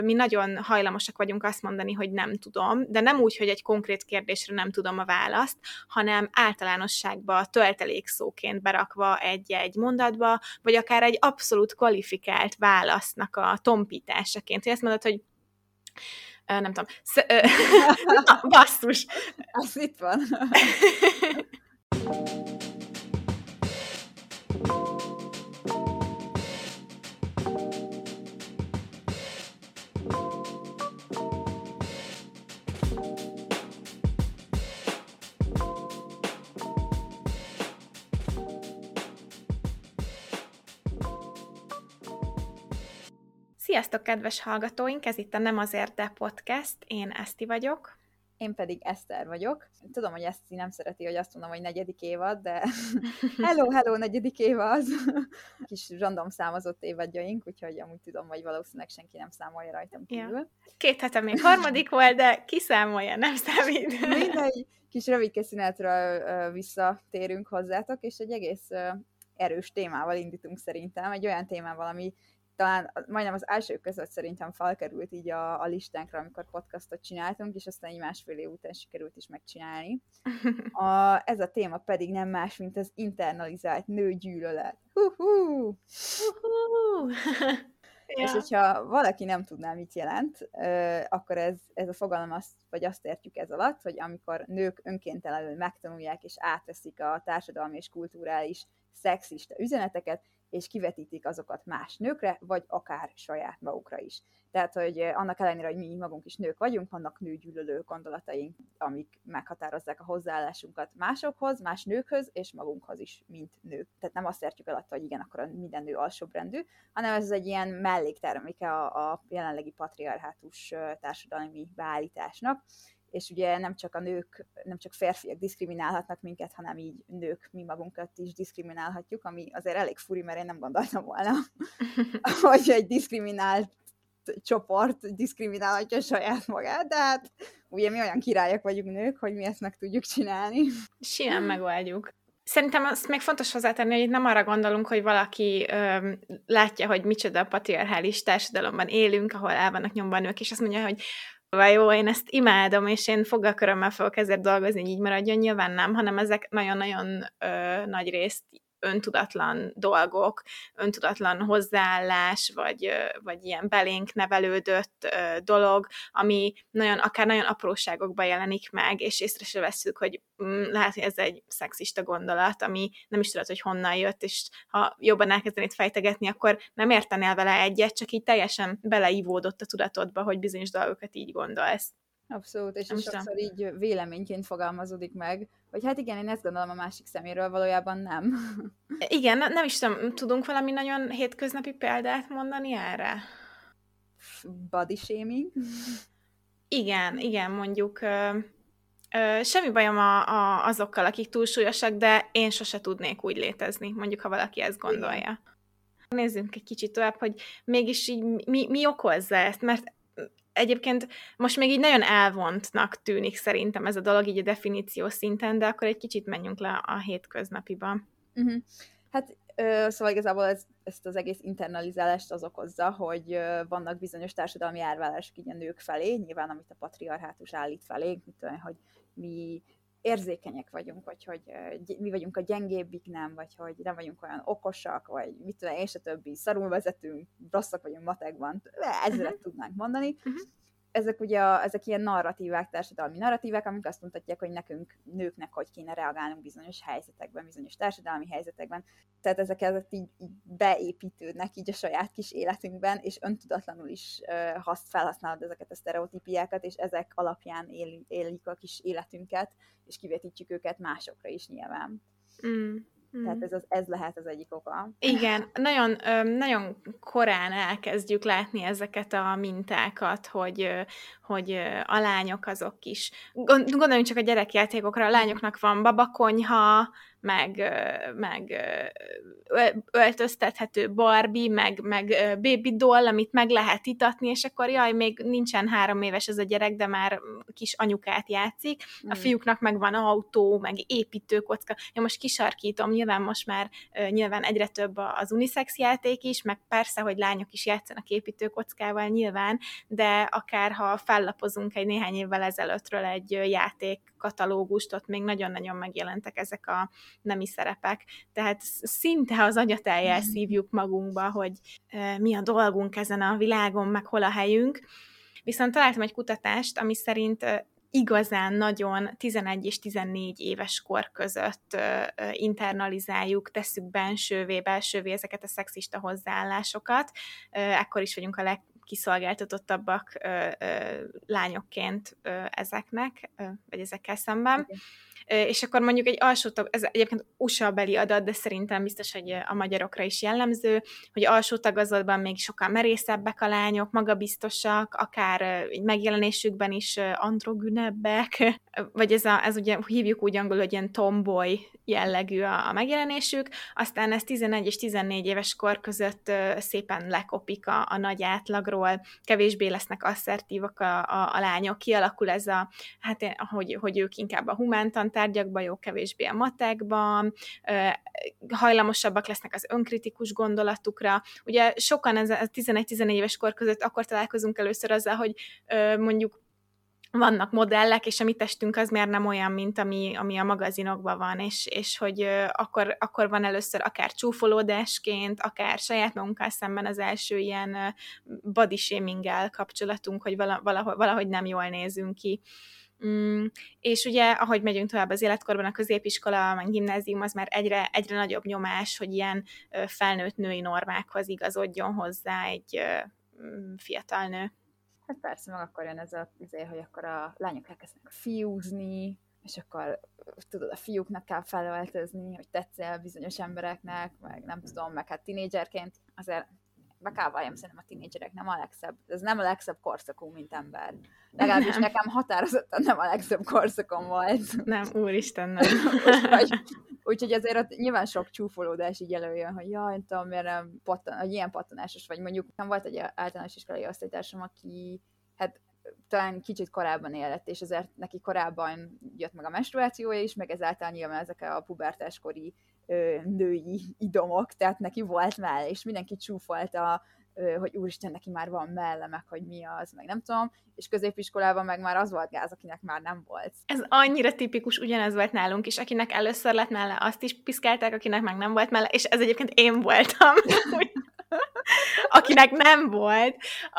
mi nagyon hajlamosak vagyunk azt mondani, hogy nem tudom, de nem úgy, hogy egy konkrét kérdésre nem tudom a választ, hanem általánosságba töltelékszóként berakva egy mondatba, vagy akár egy abszolút kvalifikált válasznak a tompításaként. Hogy azt mondod, hogy nem tudom. Basszus! Az itt van. Sziasztok, kedves hallgatóink! Ez itt a Nem azért, de podcast. Én Eszti vagyok. Én pedig Eszter vagyok. Tudom, hogy Eszti nem szereti, hogy azt mondom, hogy 4. évad, de hello, 4. évad! Kis random számozott évadjaink, úgyhogy amúgy tudom, hogy valószínűleg senki nem számolja rajtam kívül. Ja. 2 hete még 3. volt, de kiszámolja, nem számít. Mindegy, kis rövidke szünetről visszatérünk hozzátok, és egy egész erős témával indítunk szerintem. Egy olyan témával, ami talán majdnem az első között szerintem felkerült így a listánkra, amikor podcastot csináltunk, és aztán egy 1,5 év után sikerült is megcsinálni. Ez a téma pedig nem más, mint az internalizált nőgyűlölet. Ja. És hogyha valaki nem tudná, mit jelent, akkor ez a fogalom azt értjük ez alatt, hogy amikor nők önkéntelenül megtanulják és átveszik a társadalmi és kulturális szexista üzeneteket, és kivetítik azokat más nőkre, vagy akár saját magukra is. Tehát, hogy annak ellenére, hogy mi magunk is nők vagyunk, vannak nőgyűlölő gondolataink, amik meghatározzák a hozzáállásunkat másokhoz, más nőkhöz, és magunkhoz is, mint nők. Tehát nem azt értjük alatt, hogy igen, akkor minden nő alsóbrendű, hanem ez egy ilyen mellékterméke a jelenlegi patriarhátus társadalmi beállításnak, és ugye nem csak férfiak diszkriminálhatnak minket, hanem így nők mi magunkat is diszkriminálhatjuk, ami azért elég furi, mert én nem gondoltam volna, hogy egy diszkriminált csoport diszkriminálhatja saját magát, de hát ugye mi olyan királyok vagyunk nők, hogy mi ezt meg tudjuk csinálni. Simán megoldjuk. Szerintem azt még fontos hozzátenni, hogy itt nem arra gondolunk, hogy valaki látja, hogy micsoda patriarchális társadalomban élünk, ahol el vannak nyomva nők, és azt mondja, hogy jó, én ezt imádom, és én foggalkörömmel fogok ezért dolgozni, hogy így maradjon, nyilván nem, hanem ezek nagyon-nagyon nagy részt öntudatlan dolgok, öntudatlan hozzáállás, vagy ilyen belénk nevelődött dolog, ami akár nagyon apróságokban jelenik meg, és észre se vesszük, hogy lehet, hogy ez egy szexista gondolat, ami nem is tudod, hogy honnan jött, és ha jobban elkezdenéd fejtegetni, akkor nem értenél vele egyet, csak így teljesen beleívódott a tudatodba, hogy bizonyos dolgokat így gondolsz. Abszolút, és sokszor így véleményként fogalmazódik meg, hogy hát igen, én ezt gondolom a másik szeméről, valójában nem. Igen, nem is tudom, tudunk valami nagyon hétköznapi példát mondani erre? Body shaming? Igen, mondjuk semmi bajom azokkal, akik túlsúlyosak, de én sose tudnék úgy létezni, mondjuk, ha valaki ezt gondolja. Igen. Nézzünk egy kicsit tovább, hogy mégis így mi okozza ezt, mert egyébként most még így nagyon elvontnak tűnik szerintem ez a dolog így a definíció szinten, de akkor egy kicsit menjünk le a hétköznapiba. Uh-huh. Hát szóval igazából ezt az egész internalizálást az okozza, hogy vannak bizonyos társadalmi elvárások így a nők felé, nyilván amit a patriarhátus állít felé, hogy mi érzékenyek vagyunk, vagy hogy mi vagyunk a gyengébbik, nem, vagy hogy nem vagyunk olyan okosak, vagy mit tudom, és a többi, szarul vezetünk, rosszak vagyunk matekban, ezeret tudnánk mondani. Ezek ugye ezek ilyen narratívák, társadalmi narratívák, amik azt mutatják, hogy nekünk, nőknek, hogy kéne reagálnunk bizonyos helyzetekben, bizonyos társadalmi helyzetekben. Tehát ezek így beépítődnek így a saját kis életünkben, és öntudatlanul is felhasználod ezeket a sztereotípiákat, és ezek alapján éljük a kis életünket, és kivetítjük őket másokra is nyilván. Tehát ez lehet az egyik oka. Igen, nagyon korán elkezdjük látni ezeket a mintákat, hogy a lányok azok is. Gondoljunk csak a gyerekjátékokra, a lányoknak van babakonyha, meg öltöztethető Barbie, meg baby doll, amit meg lehet itatni, és akkor jaj, még nincsen 3 éves ez a gyerek, de már kis anyukát játszik. A fiúknak meg van autó, meg építőkocka. Ja, most kisarkítom, nyilván most már egyre több az unisex játék is, meg persze, hogy lányok is játszanak építőkockával nyilván, de akár ha fellapozunk egy néhány évvel ezelőttről egy játékkatalógust, ott még nagyon-nagyon megjelentek ezek a nemi szerepek. Tehát szinte az agyateljel szívjuk magunkba, hogy mi a dolgunk ezen a világon, meg hol a helyünk. Viszont találtam egy kutatást, ami szerint igazán nagyon 11 és 14 éves kor között internalizáljuk, tesszük belsővé ezeket a szexista hozzáállásokat. Ekkor is vagyunk a legkiszolgáltatottabbak lányokként ezeknek, vagy ezekkel szemben. Okay. És akkor mondjuk egy alsó ez egyébként USA-beli adat, de szerintem biztos, hogy a magyarokra is jellemző, hogy alsó tagozatban még sokkal merészebbek a lányok, magabiztosak, akár megjelenésükben is androgünebbek, vagy ez ugye hívjuk úgy angolul, hogy ilyen tomboy jellegű a megjelenésük, aztán ez 11 és 14 éves kor között szépen lekopik a nagy átlagról, kevésbé lesznek asszertívak a lányok, kialakul ez hogy ők inkább a humántantárgyakban, jók kevésbé a matekban, hajlamosabbak lesznek az önkritikus gondolatukra. Ugye sokan ez a 11-14 éves kor között akkor találkozunk először azzal, hogy mondjuk vannak modellek, és a mi testünk az miért nem olyan, mint ami a magazinokban van, és hogy akkor van először akár csúfolódásként, akár saját magunkkal szemben az első ilyen body shaming-gel kapcsolatunk, hogy valahogy nem jól nézünk ki. És ugye, ahogy megyünk tovább az életkorban, a középiskola, a gimnázium, az már egyre nagyobb nyomás, hogy ilyen felnőtt női normákhoz igazodjon hozzá egy fiatal nő. Hát persze, meg akkor jön ez azért, hogy akkor a lányok elkezdenek fiúzni, és akkor tudod, a fiúknak kell felöltözni, hogy tetszél bizonyos embereknek, meg nem tudom, meg hát tinédzserként azért be kell valljam, szerintem a tinédzserek nem a legszebb, ez nem a legszebb korszakunk, mint ember. Legalábbis nekem határozottan nem a legszebb korszakom volt. Nem, úristen, nem. Úgyhogy azért ott nyilván sok csúfolódás így előjön, hogy jaj, nem tudom, miért nem hogy ilyen pattanásos vagy. Mondjuk nem volt egy általános iskolai osztálytársam, aki hát talán kicsit korábban élt, és ezért neki korábban jött meg a menstruációja is, meg ezáltal nyilván ezek a pubertáskori női idomok, tehát neki volt mell, és mindenki csúfolta, hogy úristen, neki már van melle, meg hogy mi az, meg nem tudom, és középiskolában meg már az volt gáz, akinek már nem volt. Ez annyira tipikus, ugyanez volt nálunk is, akinek először lett melle, azt is piszkálták, akinek meg nem volt melle, és ez egyébként én voltam. Akinek nem volt,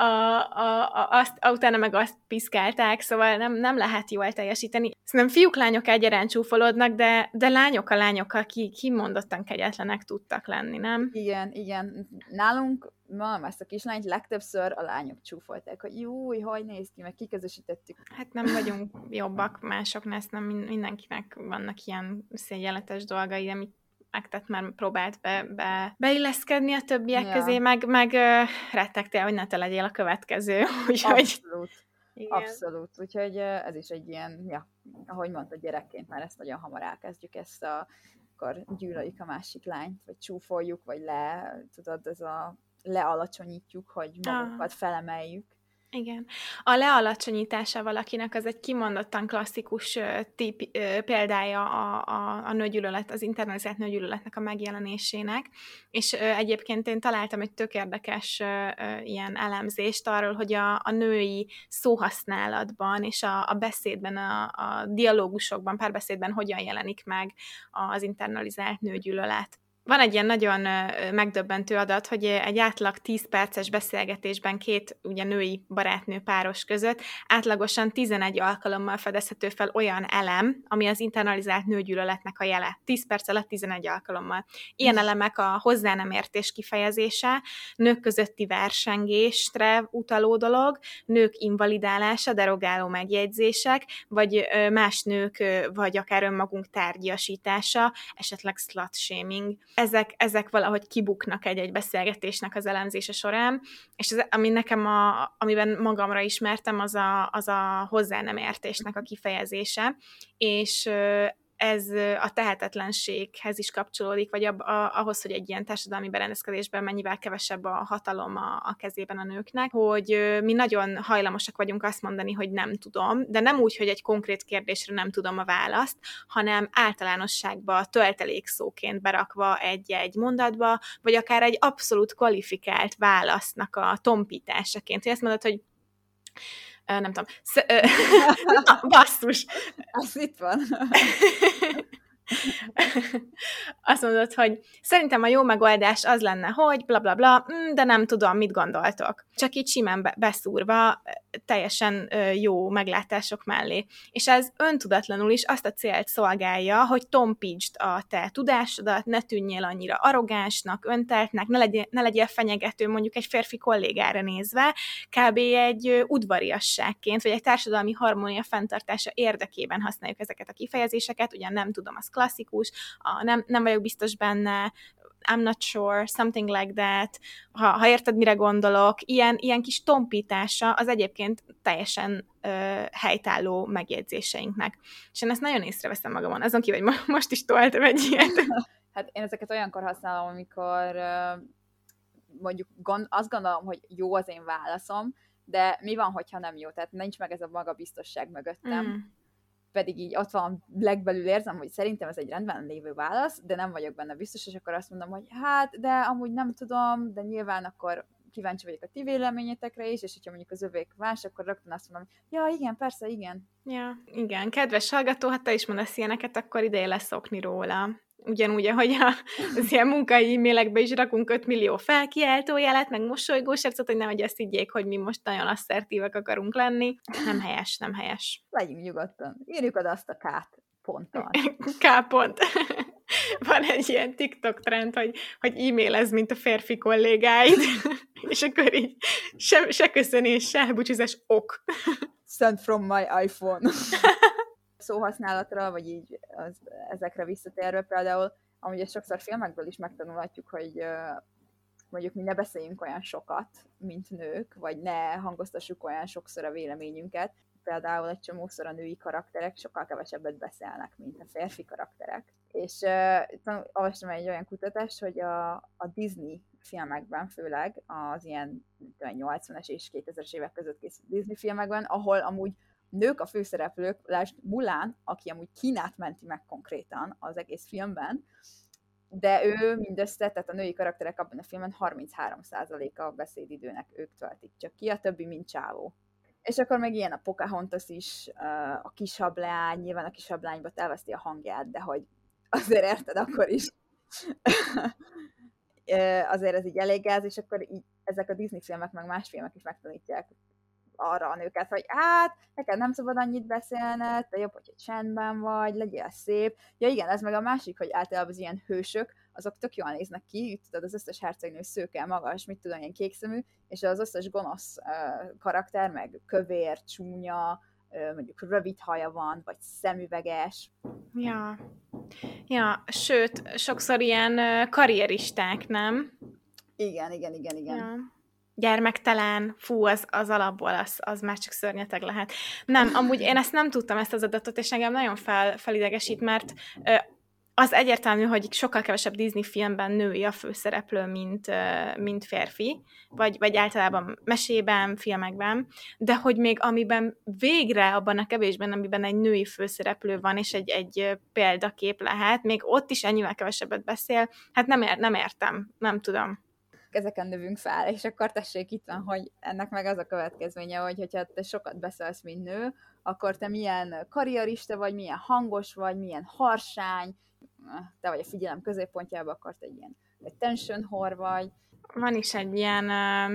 utána meg azt piszkálták, szóval nem lehet jól teljesíteni. Szerintem fiúk, lányok egyaránt csúfolódnak, de lányok a lányokkal kimondottan kegyetlenek tudtak lenni, nem? Igen. Nálunk ma ezt a kislányt legtöbbször a lányok csúfolták, hogy júj, hogy néz ki, meg kiközösítettük. Hát nem vagyunk jobbak másoknál, ezt nem mindenkinek vannak ilyen szégyenletes dolgai, amit megtett, már próbált beilleszkedni a többiek közé, meg rettegtél, hogy ne te legyél a következő. Úgyhogy... Abszolút. Úgyhogy ez is egy ilyen, ahogy mondtad, gyerekként már ezt nagyon hamar elkezdjük, akkor gyűlöljük a másik lányt, vagy csúfoljuk, vagy lealacsonyítjuk, hogy magunkat felemeljük. Igen. A lealacsonyítása valakinek az egy kimondottan klasszikus példája a nőgyűlölet, az internalizált nőgyűlöletnek a megjelenésének, és egyébként én találtam egy tök érdekes ilyen elemzést arról, hogy a női szóhasználatban és a beszédben, a dialógusokban, párbeszédben hogyan jelenik meg az internalizált nőgyűlölet. Van egy ilyen nagyon megdöbbentő adat, hogy egy átlag 10 perces beszélgetésben két ugye női barátnő páros között átlagosan 11 alkalommal fedezhető fel olyan elem, ami az internalizált nőgyűlöletnek a jele. 10 perc alatt 11 alkalommal. Ilyen elemek a hozzá nem értés kifejezése, nők közötti versengésre utaló dolog, nők invalidálása, derogáló megjegyzések, vagy más nők, vagy akár önmagunk tárgyasítása, esetleg slut shaming. Ezek valahogy kibuknak egy beszélgetésnek az elemzése során, és ami nekem amiben magamra ismertem, az a hozzá nem értésnek a kifejezése, és ez a tehetetlenséghez is kapcsolódik, vagy ahhoz, hogy egy ilyen társadalmi berendezkedésben mennyivel kevesebb a hatalom a kezében a nőknek, hogy mi nagyon hajlamosak vagyunk azt mondani, hogy nem tudom, de nem úgy, hogy egy konkrét kérdésre nem tudom a választ, hanem általánosságba töltelékszóként berakva egy mondatba, vagy akár egy abszolút kvalifikált válasznak a tompításaként. Hogy azt mondod, hogy nem tudom. Basszus! Az itt van. Azt mondod, hogy szerintem a jó megoldás az lenne, hogy blablabla, bla, bla, de nem tudom, mit gondoltok. Csak így simán beszúrva, teljesen jó meglátások mellé. És ez öntudatlanul is azt a célt szolgálja, hogy tompítsd a te tudásodat, ne tűnjél annyira arrogánsnak, önteltnek, ne legyél fenyegető mondjuk egy férfi kollégára nézve, kb. Egy udvariasságként, vagy egy társadalmi harmónia fenntartása érdekében használjuk ezeket a kifejezéseket, ugyan nem tudom, az klasszikus, nem vagyok biztos benne, I'm not sure, something like that, ha érted, mire gondolok, ilyen kis tompítása az egyébként teljesen helytálló megjegyzéseinknek. És én ezt nagyon észreveszem magamon, azon kívül, hogy most is toltam egy ilyet. Hát én ezeket olyankor használom, amikor mondjuk azt gondolom, hogy jó az én válaszom, de mi van, hogyha nem jó? Tehát nincs meg ez a magabiztosság mögöttem. Pedig így ott van, legbelül érzem, hogy szerintem ez egy rendben lévő válasz, de nem vagyok benne biztos, és akkor azt mondom, hogy hát, de amúgy nem tudom, de nyilván akkor kíváncsi vagyok a ti véleményetekre is, és hogyha mondjuk az övék más, akkor rögtön azt mondom, ja, igen, persze, igen. Ja, igen. Kedves hallgató, ha te is mondasz ilyeneket, akkor ideje leszokni róla. Ugyanúgy, ahogy az ilyen munkai e-mailekbe is rakunk 5 millió felkiáltójelet, meg mosolygós arcot, hogy nehogy azt higgyék, hogy mi most nagyon asszertívek akarunk lenni. Nem helyes, nem helyes. Legyünk nyugodtan. Írjuk oda azt a K-t ponttal. K pont. Van egy ilyen TikTok trend, hogy e-mailez, mint a férfi kollégáid, és akkor így se köszönés, se elbúcsúzás, ok. Send from my iPhone. Szóhasználatra, vagy így ezekre visszatérve például, amúgy ezt sokszor filmekből is megtanulhatjuk, hogy mondjuk mi ne beszéljünk olyan sokat, mint nők, vagy ne hangoztassuk olyan sokszor a véleményünket. Például egy csomószor a női karakterek sokkal kevesebbet beszélnek, mint a férfi karakterek. És olvastam egy olyan kutatást, hogy a Disney filmekben, főleg az ilyen 80-es és 2000-es évek között készült Disney filmekben, ahol amúgy nők a főszereplők, lásd Mulan, aki amúgy Kínát menti meg konkrétan az egész filmben, de ő mindössze, tehát a női karakterek abban a filmben 33%-a a beszédidőnek ők töltik csak ki, a többi mind csávó. És akkor még ilyen a Pocahontas is, a kishablány, nyilván a kishablányba elveszti a hangját, de hogy azért érted, akkor is azért ez így elég gáz, és akkor így ezek a Disney filmek, meg más filmek is megtanítják arra a nőket, hogy hát, neked nem szabad annyit beszélned, de jobb, hogy csendben vagy, legyél szép. Ja igen, ez meg a másik, hogy általában az ilyen hősök, azok tök jól néznek ki, tudod, az összes hercegnő szőke, magas, mit tudom, ilyen kékszemű, és az összes gonosz karakter, meg kövér, csúnya, mondjuk rövid haja van, vagy szemüveges. Ja, sőt, sokszor ilyen karrieristák, nem? Igen. Ja. Gyermektelen, fú, az alapból, az már csak szörnyeteg lehet. Nem, amúgy én ezt nem tudtam, ezt az adatot, és engem nagyon felidegesít, mert az egyértelmű, hogy sokkal kevesebb Disney filmben női a főszereplő, mint férfi, vagy általában mesében, filmekben, de hogy még amiben végre, abban a kevésben, amiben egy női főszereplő van, és egy példakép lehet, még ott is ennyivel kevesebbet beszél, hát nem értem, nem tudom. Ezeken növünk fel, és akkor tessék, itt van, hogy ennek meg az a következménye, hogyha te sokat beszélsz, mint nő, akkor te milyen karrierista vagy, milyen hangos vagy, milyen harsány, te vagy a figyelem középpontjában, akkor te egy ilyen attention whore vagy. Van is egy ilyen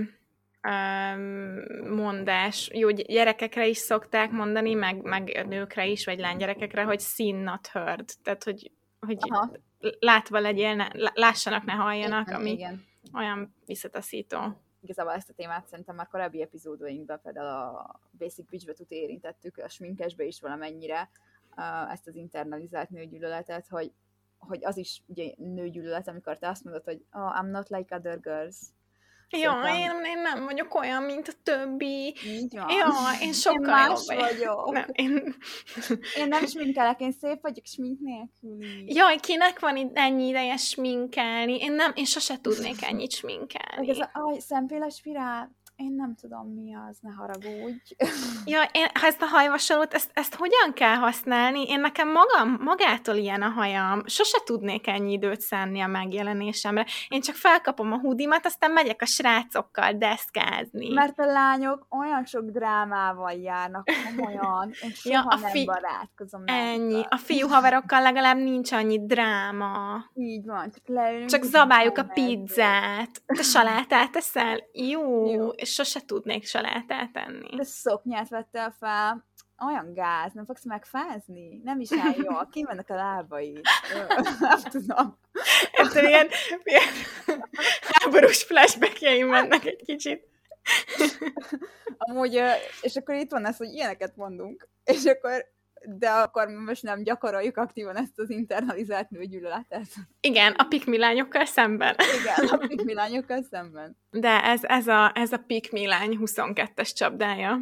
mondás, jó, gyerekekre is szokták mondani, meg nőkre is, vagy lánygyerekekre, hogy seen, not heard. Tehát, hogy látva legyél, lássanak, ne halljanak, ami igen. Olyan visszataszító. Igazából ezt a témát szerintem már korábbi epizódainkban, például a Basic Bitch betűt érintettük, a sminkesbe is valamennyire ezt az internalizált nőgyűlöletet, hogy az is ugye nőgyűlölet, amikor te azt mondod, hogy I'm not like other girls. Én nem vagyok olyan, mint a többi. Így van. Én sokkal én más vagyok. Nem, én nem sminkelek, én szép vagyok smink nélkül. Jaj, kinek van ennyi ideje sminkelni? Én sose tudnék ennyit sminkelni. Ez a szempillespirál, én nem tudom mi az, ne haragudj. Ja, ha ezt a hajvasalót, ezt hogyan kell használni? Én nekem magától ilyen a hajam. Sose tudnék ennyi időt szánni a megjelenésemre. Én csak felkapom a hudimat, aztán megyek a srácokkal deszkázni. Mert a lányok olyan sok drámával járnak, komolyan. Én soha nem barátkozom. Ennyi. A fiú haverokkal legalább nincs annyi dráma. Így van. Csak leülünk. Csak zabáljuk a pizzát. Te salátát eszel? Jó. És sose tudnék salátát enni. De szoknyát vettél fel, olyan gáz, nem fogsz megfázni? Nem is áll jól, kimennek a lábaid. Nem tudom. Érted, ilyen háborús flashbackjeim mennek egy kicsit. Amúgy, és akkor itt van ez, hogy ilyeneket mondunk, és akkor de akkor most nem gyakoroljuk aktívan ezt az internalizált nőgyűlöletet. Igen, a pikmilányokkal szemben. Igen, a pikmilányokkal szemben. De ez a pikmilány 22-es csapdája.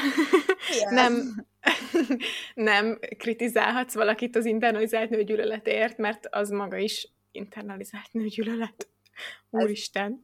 Nem kritizálhatsz valakit az internalizált nőgyűlöletért, mert az maga is internalizált nőgyűlölet. Úristen.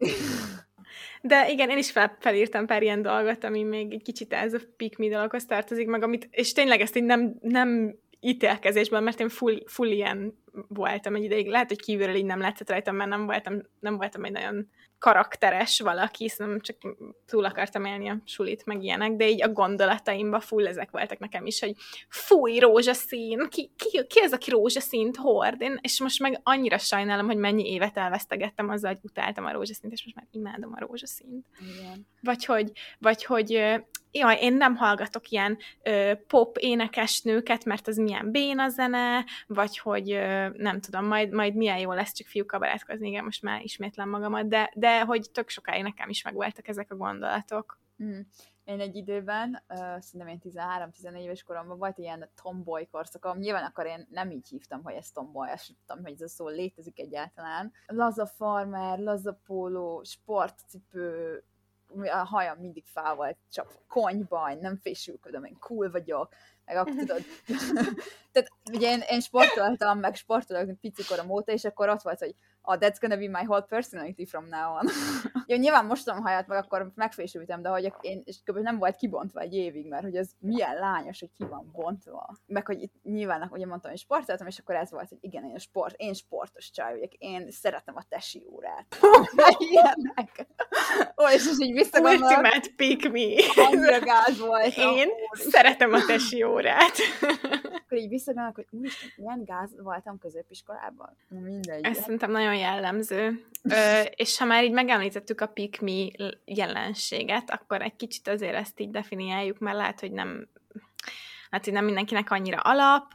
De igen, én is felírtam pár ilyen dolgot, ami még egy kicsit ez a pick me dologhoz tartozik, meg amit, és tényleg ezt így nem ítélkezésben, mert én full ilyen voltam egy ideig. Lehet, hogy kívülről így nem látszott rajtam, mert nem voltam egy nagyon karakteres valaki, szóval csak túl akartam élni a sulit, meg ilyenek, de így a gondolataimban full ezek voltak nekem is, hogy fúj, rózsaszín, ki az, aki rózsaszínt hord? És most meg annyira sajnálom, hogy mennyi évet elvesztegettem azzal, hogy utáltam a rózsaszínt, és most már imádom a rózsaszínt. Igen. Vagy hogy jaj, én nem hallgatok ilyen pop énekesnőket, mert az milyen béna zene, vagy hogy nem tudom, majd milyen jó lesz csak fiúkkal barátkozni, igen, most már ismétlem magamat, de hogy tök sokáig nekem is megvoltak ezek a gondolatok. Én egy időben, szerintem én 13-14 éves koromban volt ilyen tomboy korszakom. Nyilván akkor én nem így hívtam, hogy ez tomboy, azt tudtam, hogy ez a szó létezik egyáltalán. Laza farmer, laza póló, sportcipő, a hajam mindig fá volt, csak konyban, nem fésülködöm, én cool vagyok, meg akkor tudod. Tehát ugye én sportoltam, meg sportolok picikorom óta, és akkor ott volt, hogy that's gonna be my whole personality from now on. Jó, nyilván mostam a hajat, meg akkor megfésültem, de hogy én, és kb. Nem volt kibontva egy évig, mert hogy ez milyen lányos, hogy ki van bontva. Meg hogy itt nyilván, ugye mondtam, hogy sportoltam, és akkor ez volt, hogy igen, én sportos csaj vagyok, én szeretem a tesi órát. Ilyenek. És így visszagondolok. Ultimate pick me. Annyira gáz volt. Én szeretem a tesi órát. Akkor így visszagondolok, hogy úristen, ilyen gáz voltam középiskolában. Mindegy. Ez szerintem nagyon jellemző. És ha már így megemlítettük a pick me jelenséget, akkor egy kicsit azért ezt így definiáljuk, mert lehet, hogy nem mindenkinek annyira alap.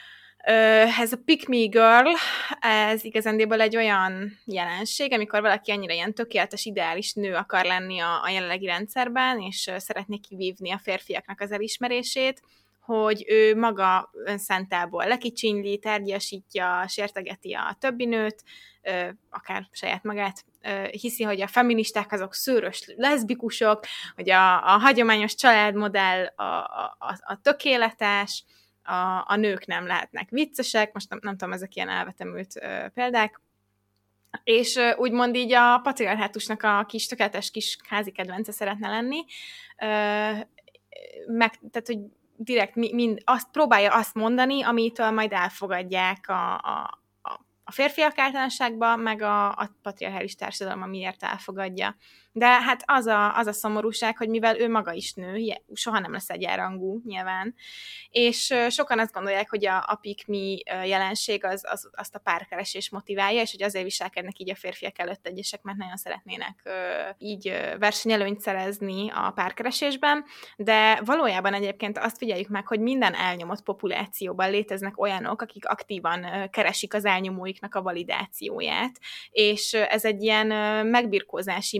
Ez a pick me girl, ez igazándiból egy olyan jelenség, amikor valaki annyira ilyen tökéletes, ideális nő akar lenni a jelenlegi rendszerben, és szeretné kivívni a férfiaknak az elismerését, hogy ő maga önszentából lekicsinyli, tárgyasítja, sértegeti a többi nőt, akár saját magát, hiszi, hogy a feministák azok szőrös leszbikusok, hogy a hagyományos családmodell a tökéletes, a nők nem lehetnek viccesek, most nem tudom, ezek ilyen elvetemült példák, és úgymond így a patriarhátusnak a kis tökéletes kis házi kedvence szeretne lenni, tehát, hogy direkt próbálja azt mondani, amitől majd elfogadják a férfiak általánosságban, meg a patriarchális társadalom, amiért elfogadja. De hát az a szomorúság, hogy mivel ő maga is nő, soha nem lesz egyenrangú nyilván, és sokan azt gondolják, hogy a pick me jelenség azt a párkeresés motiválja, és hogy azért viselkednek így a férfiak előtt egyesek, mert nagyon szeretnének így versenyelőnyt szerezni a párkeresésben, de valójában egyébként azt figyeljük meg, hogy minden elnyomott populációban léteznek olyanok, akik aktívan keresik az elnyomóiknak a validációját, és ez egy ilyen megbirkózási mechanizmus,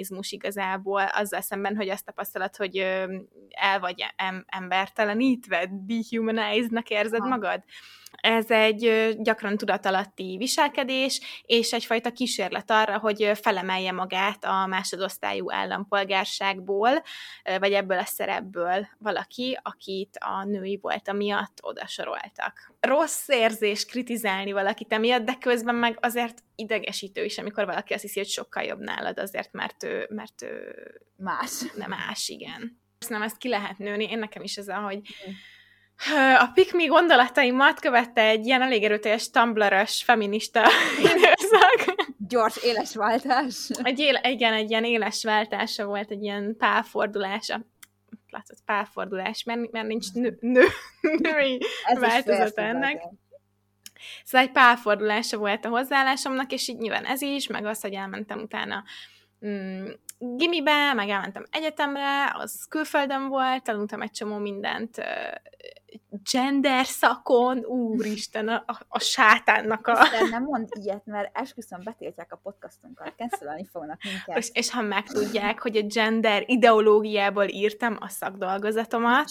mechanizmus igazából, azzal szemben, hogy azt tapasztalat, hogy el vagy embertelenítve, dehumanized-nak érzed magad. Ez egy gyakran tudatalatti viselkedés, és egyfajta kísérlet arra, hogy felemelje magát a másodosztályú állampolgárságból, vagy ebből a szerepből valaki, akit a női volta miatt odasoroltak. Rossz érzés kritizálni valakit emiatt, de közben meg azért idegesítő is, amikor valaki azt hiszi, hogy sokkal jobb nálad azért, mert ő más. Nem más, igen. Nem, ezt ki lehet nőni. Én nekem is ez hogy a pick me gondolataimat követte egy ilyen elég erőteljes Tumblr-ös feminista időszak. Gyors, éles váltás. Egy ilyen éles váltása volt, egy ilyen pálfordulása. Látszott pálfordulás, mert nincs női változata ennek. Szóval egy pálfordulása volt a hozzáállásomnak, és így nyilván ez is, meg az, hogy elmentem utána gimibe, meg elmentem egyetemre, az külföldön volt, tanultam egy csomó mindent gender szakon, úristen, a sátánnak a... Isten, nem mondd ilyet, mert esküszöm betiltják a podcastunkat, cancelolni fognak minket. És ha megtudják, hogy a gender ideológiából írtam a szakdolgozatomat...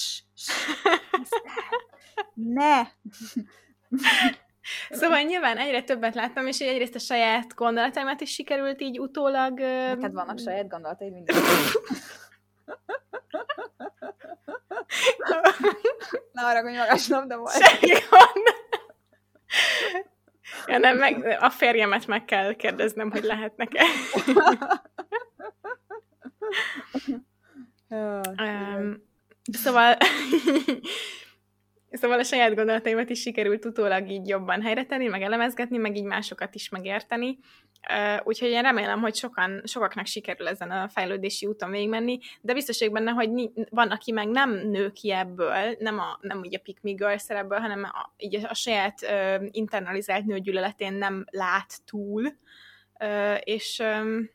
Ne! Szóval nyilván egyre többet láttam, és egyrészt a saját gondolataimat is sikerült így utólag... Neked vannak saját gondolataid minden. Na arra, hogy magasnom, de volt. Semmi gond. Ja, nem, meg a férjemet meg kell kérdeznem, hogy lehetnek-e. Szóval a saját gondolataimat is sikerült utólag így jobban helyre tenni, meg elemezgetni, meg így másokat is megérteni. Úgyhogy én remélem, hogy sokaknak sikerül ezen a fejlődési úton végigmenni, de biztos vagyok benne, hogy van, aki meg nem nő ki ebből, nem úgy a pick me girl szerepből, hanem így a saját internalizált nőgyűlöletén nem lát túl, és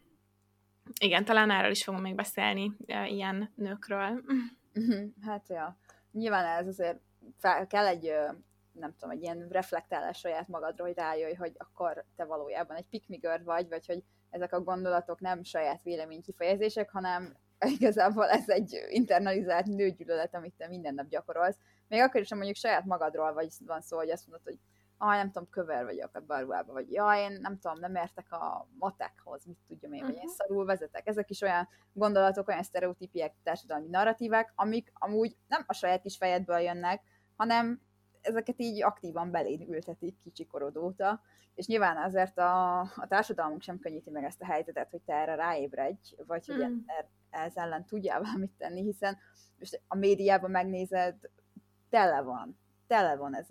igen, talán erről is fogom még beszélni, ilyen nőkről. Hát ja, nyilván ez azért kell egy, nem tudom, egy ilyen reflektálás saját magadról, hogy rájöjj, hogy akkor te valójában egy pick me girl vagy hogy ezek a gondolatok nem saját véleménykifejezések, hanem igazából ez egy internalizált nőgyűlölet, amit te minden nap gyakorolsz. Még akkor is, mondjuk saját magadról van szó, hogy azt mondod, hogy nem tudom, köver vagyok ebbe a ruhába, vagy én nem tudom, nem értek a matekhoz, mit tudjam én, vagy én szarul vezetek. Ezek is olyan gondolatok, olyan sztereotípiák, társadalmi narratívák, amik amúgy nem a saját kis fejedből jönnek, hanem ezeket így aktívan beléd ültetik kicsikorod óta, és nyilván azért a társadalmunk sem könnyíti meg ezt a helyzetet, hogy te erre ráébredj, vagy hogy ez ellen tudjál valamit tenni, hiszen most a médiában megnézed, tele van ez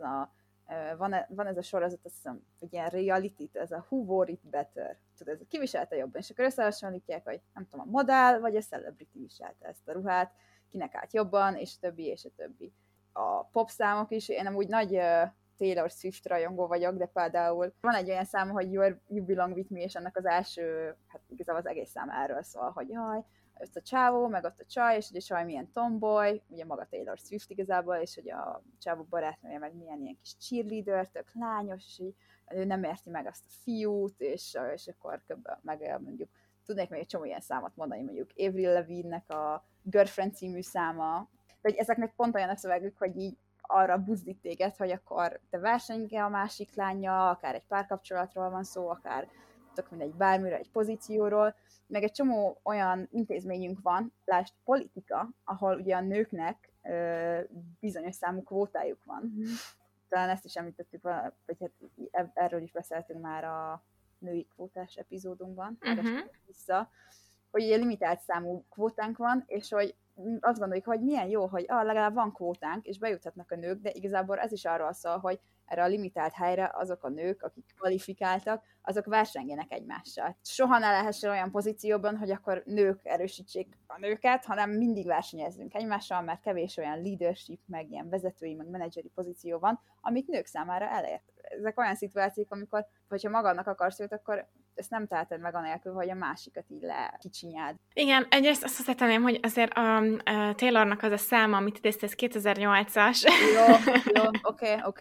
van ez a sorozat, azt hiszem, hogy ilyen reality, ez a Who Wore It Better. Tudod, ez kiviselte jobban, és akkor összehasonlítják, hogy nem tudom, a modell vagy a celebrity viselte ezt a ruhát, kinek állt jobban, és a többi, és a többi. A popszámok is, én amúgy nagy Taylor Swift rajongó vagyok, de például van egy olyan szám, hogy You Belong With Me, és annak az első, hát igazából az egész szám erről szól, hogy jaj, ott a csávó, meg ott a csaj, és hogy a csaj milyen tomboy, ugye maga Taylor Swift igazából, és hogy a csávó barátnője meg milyen ilyen kis cheerleader, tök lányos, és így ő nem érti meg azt a fiút, és akkor meg mondjuk tudnék még egy csomó ilyen számot mondani, mondjuk Avril Lavigne-nek a Girlfriend című száma, hogy ezeknek pont olyan a szövegük, hogy így arra buzdít téged, hogy akkor te versenykel a másik lánnyal, akár egy párkapcsolatról van szó, akár tök mindegy bármire, egy pozícióról, meg egy csomó olyan intézményünk van, lásd politika, ahol ugye a nőknek bizonyos számú kvótájuk van. Talán ezt is említettük, vagy hát erről is beszéltünk már a női kvótás epizódunkban, vissza, hogy egy limitált számú kvótánk van, és hogy azt gondoljuk, hogy milyen jó, hogy legalább van kvótánk, és bejuthatnak a nők, de igazából ez is arról szól, hogy erre a limitált helyre azok a nők, akik kvalifikáltak, azok versengjenek egymással. Soha ne lehessen olyan pozícióban, hogy akkor nők erősítsék a nőket, hanem mindig versenyezzünk egymással, mert kevés olyan leadership, meg ilyen vezetői, meg menedzseri pozíció van, amit nők számára elér. Ezek olyan szituációk, amikor, hogyha magadnak akarsz őt, akkor ezt nem teheted meg anélkül, hogy a másikat így lekicsinyáld. Igen, egyrészt azt hozzáteném, hogy azért a Taylornak az a száma, amit idézte, ez 2008-as. Jó, oké.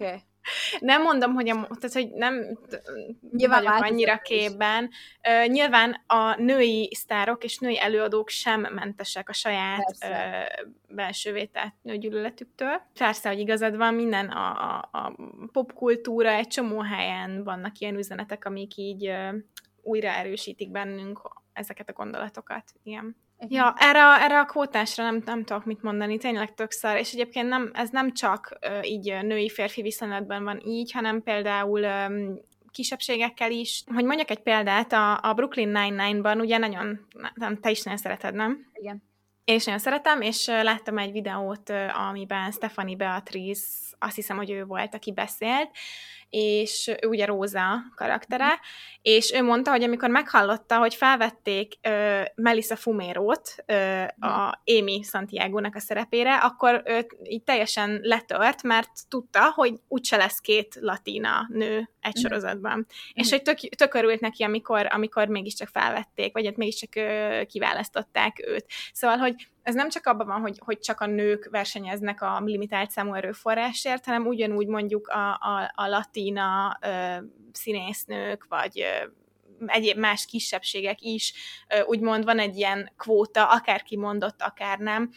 Nem mondom, hogy, tehát, hogy nem Nyilván vagyok annyira képben. Nyilván a női sztárok és női előadók sem mentesek a saját belső vételt nőgyűlöletüktől. Persze, hogy igazad van, minden a popkultúra, egy csomó helyen vannak ilyen üzenetek, amik így újra erősítik bennünk ezeket a gondolatokat. Igen. Ja, erre a kvótásra nem tudok mit mondani, tényleg tök szar, és egyébként ez nem csak így női-férfi viszonylatban van így, hanem például kisebbségekkel is. Hogy mondjak egy példát, a Brooklyn Nine-Nine-ban ugye te is nagyon szereted, nem? Igen. Én is nagyon szeretem, és láttam egy videót, amiben Stephanie Beatrice, azt hiszem, hogy ő volt, aki beszélt, és ő ugye Róza karaktere, és ő mondta, hogy amikor meghallotta, hogy felvették Melissa Fumérót a Amy Santiago-nak a szerepére, akkor őt így teljesen letört, mert tudta, hogy úgyse lesz két latina nő egy sorozatban. És hogy tök örült neki, amikor mégiscsak felvették, vagy hát mégiscsak kiválasztották őt. Szóval, hogy ez nem csak abban van, hogy csak a nők versenyeznek a limitált számú erőforrásért, hanem ugyanúgy mondjuk a latina színésznők, vagy egyéb más kisebbségek is, úgymond van egy ilyen kvóta, akár kimondott, akár nem,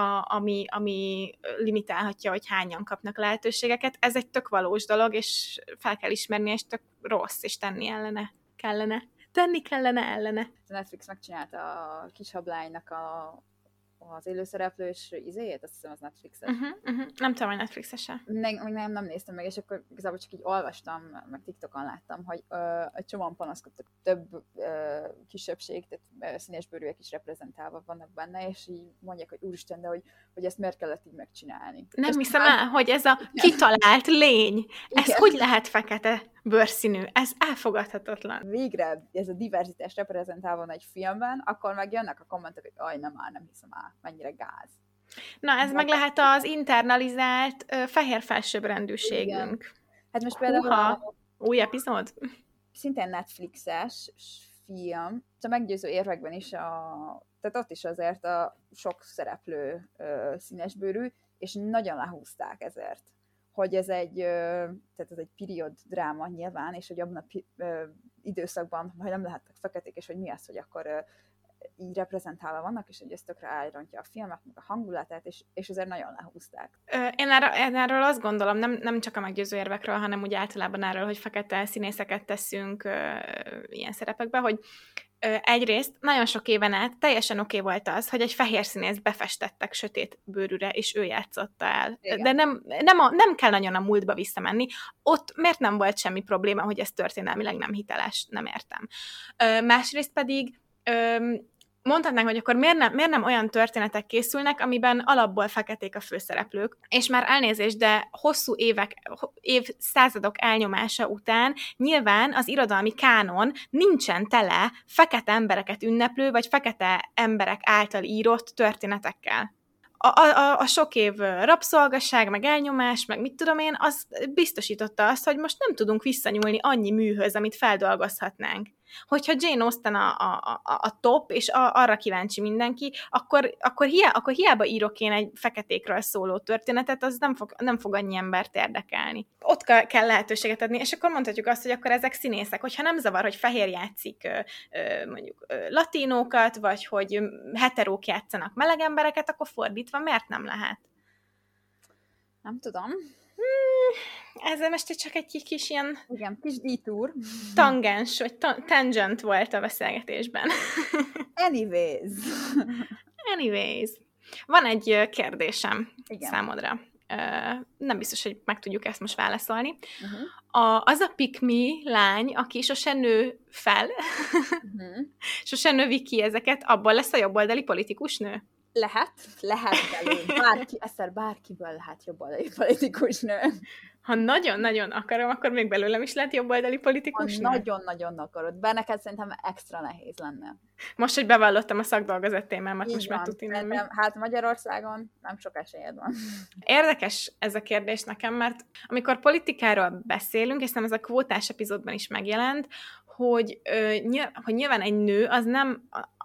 ami limitálhatja, hogy hányan kapnak lehetőségeket. Ez egy tök valós dolog, és fel kell ismerni, és tök rossz, és tenni kellene ellene. A Netflix megcsinálta a Kishablánynak az élőszereplő és izéjét, azt hiszem az Netflixes. Nem tudom, hogy Netflixes-e. Nem néztem meg, és akkor igazából csak így olvastam, meg TikTokon láttam, hogy egy csomóan panaszkodtak, több kisebbség, tehát színesbőrűek is reprezentálva vannak benne, és így mondják, hogy úristen, de hogy ezt miért kellett így megcsinálni. Nem hiszem el, hogy ez a kitalált lény, ez hogy lehet fekete bőrszínű? Ez elfogadhatatlan. Végre ez a diverzitás reprezentálva van egy filmben, akkor meg jönnek a kommentek, hogy nem hiszem el, mennyire gáz. Na, ez meg lehet az internalizált fehér felsőbbrendűségünk. Igen. Hát most például új epizód? Szintén Netflixes film, a meggyőző érvekben is tehát ott is azért a sok szereplő színesbőrű, és nagyon lehúzták ezért. Hogy ez egy period dráma nyilván, és hogy abban a időszakban, hogy nem lehetnek feketék, és hogy mi az, hogy akkor így reprezentálva vannak, és hogy ez tökre elrontja a filmet, meg a hangulatát, és ezért nagyon lehúzták. Én erről azt gondolom, nem csak a meggyőző érvekről, hanem úgy általában erről, hogy fekete színészeket teszünk ilyen szerepekbe, hogy egyrészt nagyon sok éven át teljesen oké volt az, hogy egy fehér színészt befestettek sötét bőrűre, és ő játszotta el. Igen. De nem kell nagyon a múltba visszamenni. Ott miért nem volt semmi probléma, hogy ez történelmileg nem hiteles? Nem értem. Másrészt pedig mondhatnánk, hogy akkor miért nem olyan történetek készülnek, amiben alapból feketék a főszereplők, és már elnézést, de hosszú évszázadok elnyomása után nyilván az irodalmi kánon nincsen tele fekete embereket ünneplő, vagy fekete emberek által írott történetekkel. A sok év rabszolgasság, meg elnyomás, meg mit tudom én, az biztosította azt, hogy most nem tudunk visszanyúlni annyi műhöz, amit feldolgozhatnánk. Hogyha Jane Austen a top, és arra kíváncsi mindenki, akkor hiába írok én egy feketékről szóló történetet, az nem fog annyi embert érdekelni. Ott kell lehetőséget adni, és akkor mondhatjuk azt, hogy akkor ezek színészek, hogyha nem zavar, hogy fehér játszik mondjuk latinókat, vagy hogy heterók játszanak meleg embereket, akkor fordítva miért nem lehet? Nem tudom. Ez most csak egy kis ilyen... Igen, kis detour. Tangens, vagy tangent volt a beszélgetésben. Anyways. Van egy kérdésem számodra. Nem biztos, hogy meg tudjuk ezt most válaszolni. Az a pick me lány, aki sose nő fel, sose növi ki ezeket, abból lesz a jobboldali politikus nő? Lehet belőle. Bárkiből lehet jobboldali politikus nő. Ha nagyon-nagyon akarom, akkor még belőlem is lehet jobboldali politikus nő? Ha nagyon-nagyon akarod. Bár neked szerintem extra nehéz lenne. Most, hogy bevallottam a szakdolgozat témámat, most már tudni nem. Hát Magyarországon nem sok esélyed van. Érdekes ez a kérdés nekem, mert amikor politikáról beszélünk, és nem ez a kvótás epizódban is megjelent, hogy nyilván egy nő az nem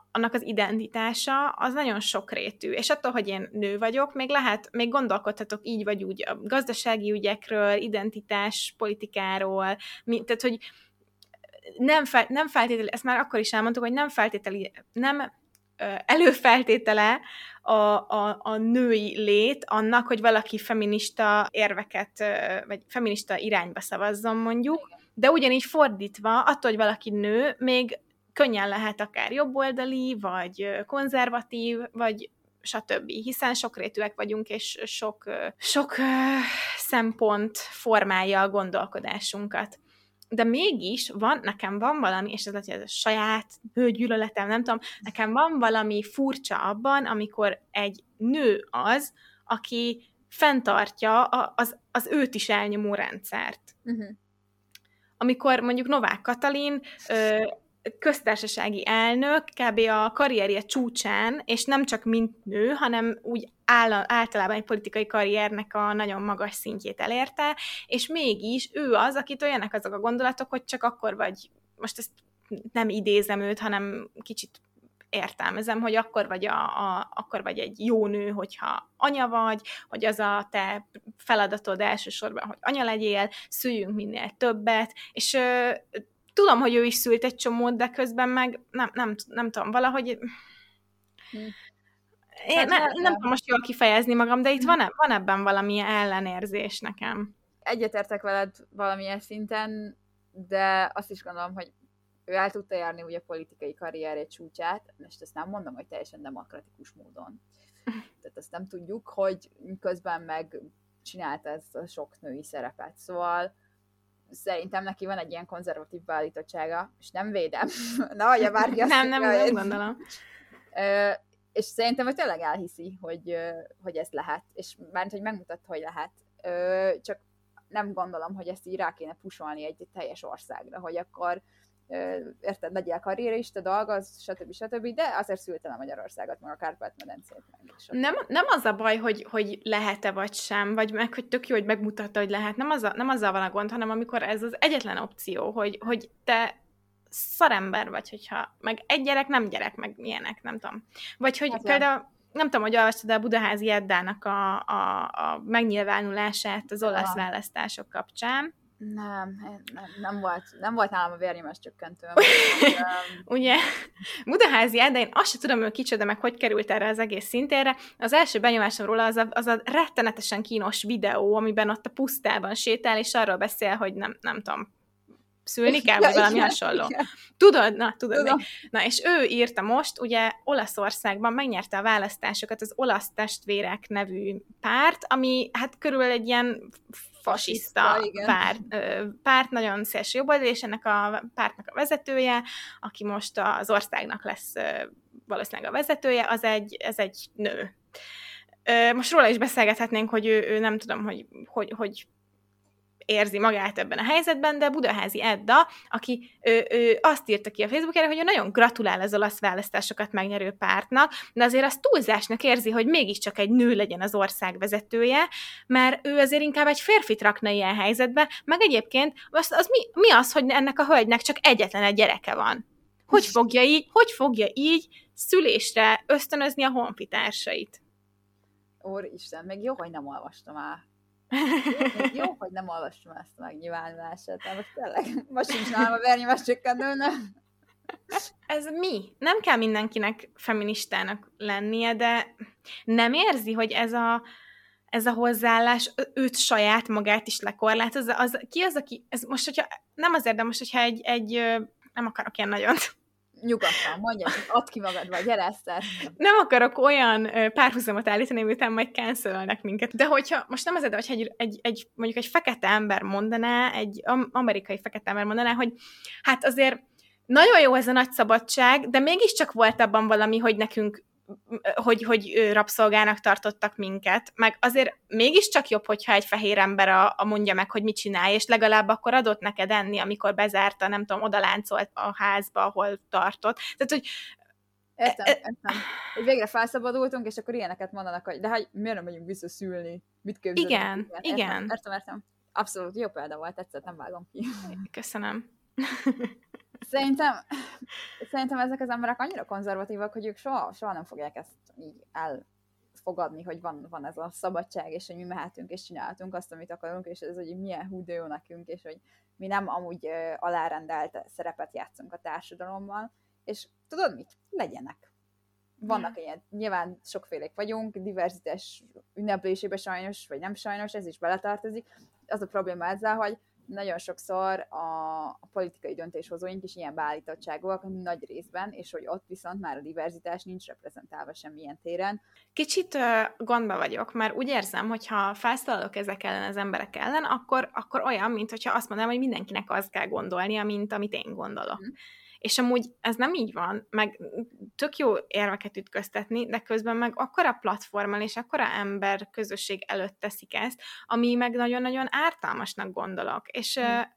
annak az identitása az nagyon sokrétű, és attól, hogy én nő vagyok, még gondolkodhatok így vagy úgy a gazdasági ügyekről, identitás, politikáról, tehát, hogy nem feltétlenül, ezt már akkor is elmondtuk, hogy nem előfeltétele a női lét annak, hogy valaki feminista érveket, vagy feminista irányba szavazzon mondjuk, de ugyanígy fordítva, attól, hogy valaki nő, még könnyen lehet akár jobboldali, vagy konzervatív, vagy stb. Hiszen sokrétűek vagyunk, és sok szempont formálja a gondolkodásunkat. De mégis nekem van valami, és ez a saját hőgyűlöletem, nem tudom, nekem van valami furcsa abban, amikor egy nő az, aki fenntartja az őt is elnyomó rendszert. Uh-huh. Amikor mondjuk Novák Katalin köztársasági elnök kb. A karrierje csúcsán, és nem csak mint nő, hanem úgy általában egy politikai karriernek a nagyon magas szintjét elérte, és mégis ő az, akitől jönnek azok a gondolatok, hogy csak akkor vagy, most ezt nem idézem őt, hanem kicsit értelmezem, hogy akkor vagy egy jó nő, hogyha anya vagy, hogy az a te feladatod elsősorban, hogy anya legyél, szüljünk minél többet, és tudom, hogy ő is szült egy csomót, de közben meg nem tudom, valahogy én nem tudom most jól kifejezni magam, de itt van ebben valamilyen ellenérzés nekem. Egyetértek veled valamilyen szinten, de azt is gondolom, hogy ő el tudta járni ugye a politikai karrierje csúcsát, és ezt nem mondom, hogy teljesen demokratikus módon. Tehát azt nem tudjuk, hogy közben meg csinálta ezt a sok női szerepet. Szóval szerintem neki van egy ilyen konzervatív beállítottsága, és nem védem. Na, hogy bárki azt nem gondolom. És szerintem, hogy tényleg elhiszi, hogy ez lehet, és mert hogy megmutatta, hogy lehet. Csak nem gondolom, hogy ezt így rá kéne pusolni egy teljes országra, hogy akkor érted, legyél karrierista, dolgoz, stb. De azért szülte le Magyarországot, meg a Kárpát-medencét. Nem az a baj, hogy lehet-e vagy sem, vagy meg, hogy tök jó, hogy megmutatta, hogy lehet. Nem azzal van a gond, hanem amikor ez az egyetlen opció, hogy te szarember vagy, hogyha meg egy gyerek, nem gyerek, meg milyenek, nem tudom. Vagy hogy hát például, nem tudom, hogy olvastad a Budaházi Eddának a megnyilvánulását az olasz választások kapcsán. Nem volt nálam a vérnyomás csökkentőm. Ugye, Budaházi Edda, én azt sem tudom, hogy kicsoda, meg hogy került erre az egész szintérre. Az első benyomásom róla az a rettenetesen kínos videó, amiben ott a pusztában sétál, és arról beszél, hogy nem tudom, szülni kell, vagy valami hasonló. Igen. Tudod. Na, és ő írta most, ugye Olaszországban megnyerte a választásokat az Olasz Testvérek nevű párt, ami hát körülbelül egy ilyen fasiszta párt, nagyon szélső jobboldali, és ennek a pártnak a vezetője, aki most az országnak lesz valószínűleg a vezetője, ez egy nő. Most róla is beszélgethetnénk, hogy ő nem tudom, hogy érzi magát ebben a helyzetben, de Budaházi Edda, aki ő azt írta ki a Facebookjára, hogy ő nagyon gratulál az olasz választásokat megnyerő pártnak, de azért azt túlzásnak érzi, hogy mégiscsak egy nő legyen az ország vezetője, mert ő azért inkább egy férfit rakna ilyen helyzetbe, meg egyébként mi az, hogy ennek a hölgynek csak egyetlen egy gyereke van? Hogy fogja így szülésre ösztönözni a honfitársait? Úristen, még jó, hogy nem olvastam el. Jó, hogy nem olvastam ezt a megnyilvánulását, mert most tényleg, most sincs nálam a vérnyomás csökkentőnek. Ez mi? Nem kell mindenkinek feministának lennie, de nem érzi, hogy ez a hozzáállás őt saját magát is lekorlátozza? Ki az, aki, ez most, hogyha, nem azért, de most, hogyha nem akarok ilyen nagyon... Nyugodtan, mondja, add ki magadba, gyere Eszter. Nem akarok olyan párhuzamot állítani, miután majd cancelölnek minket. De hogyha, most nem azért, hogy mondjuk egy fekete ember mondaná, egy amerikai fekete ember mondaná, hogy hát azért nagyon jó ez a nagy szabadság, de mégiscsak volt abban valami, hogy nekünk hogy rabszolgának tartottak minket, meg azért mégiscsak jobb, hogyha egy fehér ember mondja meg, hogy mit csinálj, és legalább akkor adott neked enni, amikor bezárta, nem tudom, odaláncolt a házba, ahol tartott. Tehát, hogy... Értem. Hogy végre felszabadultunk, és akkor ilyeneket mondanak, hogy de hát miért nem megyünk vissza szülni? Mit képzelünk? Igen. Értem. Abszolút jó példa volt, tetszett, nem vágom ki. Köszönöm. Szerintem ezek az emberek annyira konzervatívak, hogy ők soha nem fogják ezt így elfogadni, hogy van ez a szabadság, és hogy mi mehetünk és csinálhatunk azt, amit akarunk, és ez, hogy milyen hú, de jó nekünk, és hogy mi nem amúgy alárendelt szerepet játszunk a társadalommal, és tudod mit? Legyenek. Vannak ilyen, nyilván sokfélék vagyunk, diverzitás ünneplésébe sajnos, vagy nem sajnos, ez is beletartozik. Az a probléma ezzel, hogy nagyon sokszor a politikai döntéshozóink is ilyen beállítottságúak nagy részben, és hogy ott viszont már a diverzitás nincs reprezentálva semmilyen téren. Kicsit gondba vagyok, mert úgy érzem, hogy ha felszólalok ezek ellen az emberek ellen, akkor olyan, mint hogyha azt mondanám, hogy mindenkinek azt kell gondolnia, mint amit én gondolok. És amúgy ez nem így van, meg tök jó érveket ütköztetni, de közben meg akkora platformmal és akkora ember közösség előtt teszik ezt, ami meg nagyon-nagyon ártalmasnak gondolok. És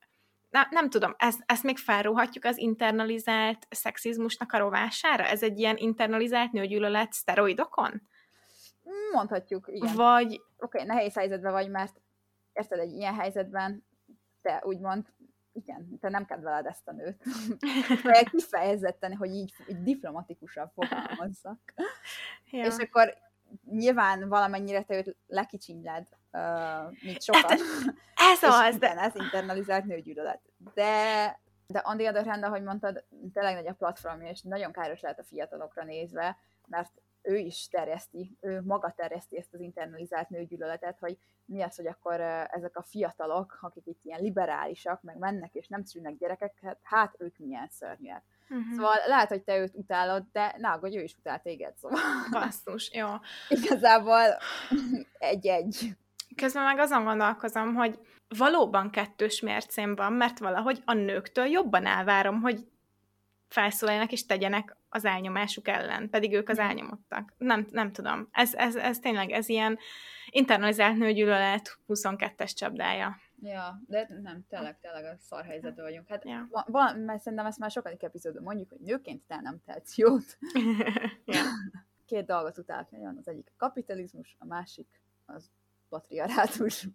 nem tudom, ezt még felróhatjuk az internalizált szexizmusnak a rovására? Ez egy ilyen internalizált nőgyűlölet szteroidokon? Mondhatjuk, igen. Vagy... Oké, nehéz helyzetben vagy, mert érted, egy ilyen helyzetben te úgymond igen, te nem kedveled ezt a nőt. Kifejezetten, hogy így diplomatikusan fogalmazzak. Ja. És akkor nyilván valamennyire te őt lekicsinyled, mint sokan. Hát, ez az! Igen, ez internalizált nőgyűlölet. De on the other hand, ahogy mondtad, tényleg nagy a platformja, és nagyon káros lehet a fiatalokra nézve, mert ő is terjeszti, ő maga terjeszti ezt az internalizált nőgyűlöletet, hogy mi az, hogy akkor ezek a fiatalok, akik itt ilyen liberálisak, meg mennek és nem szülnek gyerekeket, hát ők milyen szörnyűek. Szóval lehet, hogy te őt utálod, de ne aggódj, ő is utál téged, szóval. Basszus, jó. Igazából egy-egy. Közben meg azon gondolkozom, hogy valóban kettős mércén van, mert valahogy a nőktől jobban elvárom, hogy felszólaljanak és tegyenek az elnyomásuk ellen, pedig ők az elnyomottak. Nem tudom. Ez tényleg, ez ilyen internalizált nőgyűlölet 22-es csapdája. Ja, de nem, tényleg a szar helyzetben vagyunk. Hát ja. Mert szerintem ezt már sokadik epizódban mondjuk, hogy nőként te nem tehetsz jót. Ja. 2 dolgot utálok nagyon, az egyik a kapitalizmus, a másik az patriarhátus.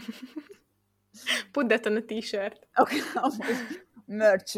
Put that on a t-shirt. Okay, merch.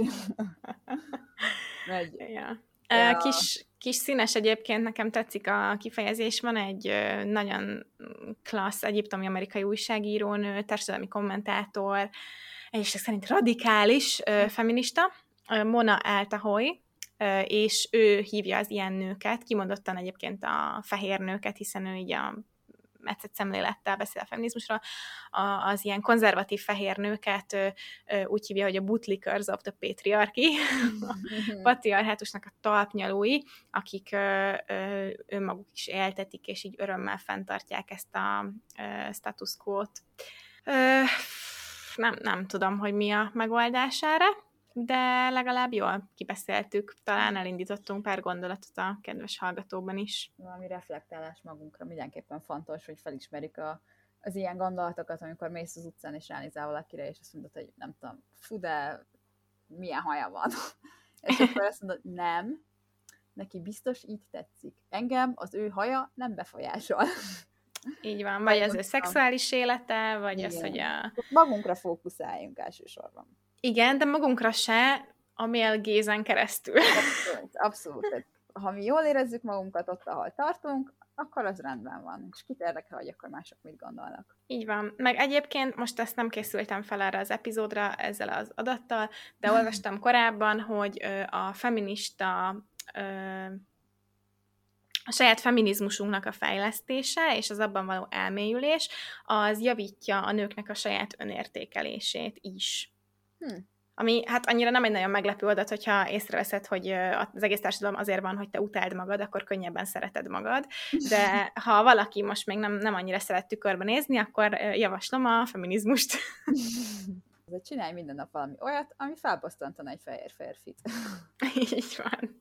Megy. Ja. Ja. Kis színes egyébként, nekem tetszik a kifejezés, van egy nagyon klassz egyiptomi-amerikai újságírónő, társadalmi kommentátor, és szerint radikális feminista, Mona Eltahoy, és ő hívja az ilyen nőket, kimondottan egyébként a fehér nőket, hiszen ő így a metszett szemlélettel beszél a feminizmusról, az ilyen konzervatív fehér nőket úgy hívja, hogy a bootlickers of the patriarchy, patriarhátusnak a talpnyalói, akik önmaguk is éltetik, és így örömmel fenntartják ezt a status quo-t. Nem tudom, hogy mi a megoldására, de legalább jól kibeszéltük, talán elindítottunk pár gondolatot a kedves hallgatóban is. Valami reflektálás magunkra mindenképpen fontos, hogy felismerjük az ilyen gondolatokat, amikor mész az utcán és ránézel valakire, és azt mondod, hogy nem tudom, fú, de milyen haja van. És akkor azt mondod, nem, neki biztos így tetszik. Engem az ő haja nem befolyásol. Így van, vagy az ő szexuális élete, vagy igen. Az, hogy magunkra fókuszáljunk elsősorban. Igen, de magunkra se a mélgézen keresztül. Abszolút. Ha mi jól érezzük magunkat ott, ahol tartunk, akkor az rendben van. És kit érdekel, hogy akkor mások mit gondolnak. Így van. Meg egyébként most ezt nem készültem fel erre az epizódra ezzel az adattal, de olvastam korábban, hogy a feminista a saját feminizmusunknak a fejlesztése és az abban való elmélyülés, az javítja a nőknek a saját önértékelését is. Ami hát annyira nem egy nagyon meglepő adat, hogyha észreveszed, hogy az egész társadalom azért van, hogy te utáld magad, akkor könnyebben szereted magad, de ha valaki most még nem annyira szeret tükörbe nézni, akkor javaslom a feminizmust. Csinálj minden nap valami olyat, ami felbosszantana egy fehér férfit. Így van.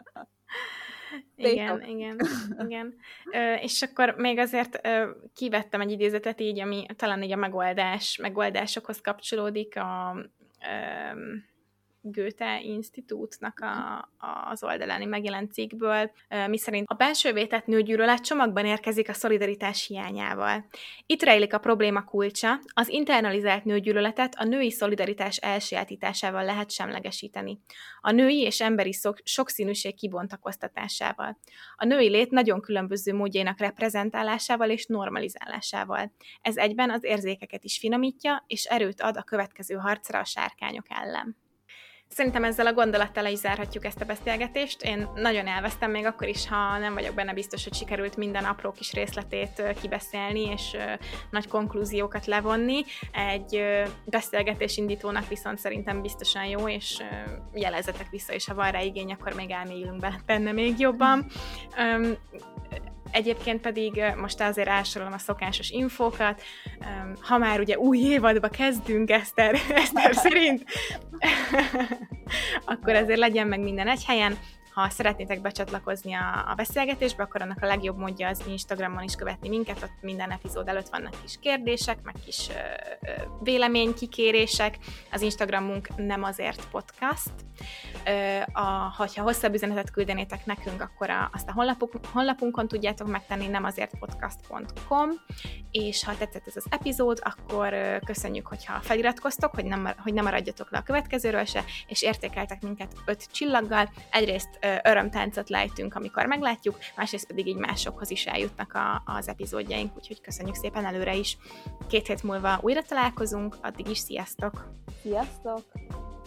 Igen. És akkor még azért kivettem egy idézetet így, ami talán így a megoldásokhoz kapcsolódik, Goethe Institute-nak az oldalán megjelent cikkből, miszerint a belső vétett nőgyűlölet csomagban érkezik a szolidaritás hiányával. Itt rejlik a probléma kulcsa, az internalizált nőgyűlöletet a női szolidaritás elsajátításával lehet semlegesíteni. A női és emberi sokszínűség kibontakoztatásával. A női lét nagyon különböző módjainak reprezentálásával és normalizálásával. Ez egyben az érzékeket is finomítja, és erőt ad a következő harcra a sárkányok ellen. Szerintem ezzel a gondolattal le is zárhatjuk ezt a beszélgetést. Én nagyon elvesztem, még akkor is, ha nem vagyok benne biztos, hogy sikerült minden apró kis részletét kibeszélni, és nagy konklúziókat levonni. Egy beszélgetés indítónak viszont szerintem biztosan jó, és jelezzetek vissza, és ha van rá igény, akkor még elmélyülünk benne még jobban. Egyébként pedig most azért elsorolom a szokásos infókat. Ha már ugye új évadba kezdünk, Eszter szerint, akkor azért legyen meg minden egy helyen. Ha szeretnétek becsatlakozni a beszélgetésbe, akkor annak a legjobb módja az Instagramon is követni minket, ott minden epizód előtt vannak kis kérdések, meg kis véleménykikérések. Az Instagramunk nem azért podcast. Ha hosszabb üzenetet küldenétek nekünk, akkor azt a honlapunkon tudjátok megtenni, nem azért podcast.com, és ha tetszett ez az epizód, akkor köszönjük, hogyha feliratkoztok, hogy nem maradjatok le a következőről se, és értékeltek minket 5 csillaggal. Egyrészt örömtáncot lejtünk, amikor meglátjuk, másrészt pedig így másokhoz is eljutnak az epizódjaink, úgyhogy köszönjük szépen előre is. 2 hét múlva újra találkozunk, addig is sziasztok! Sziasztok!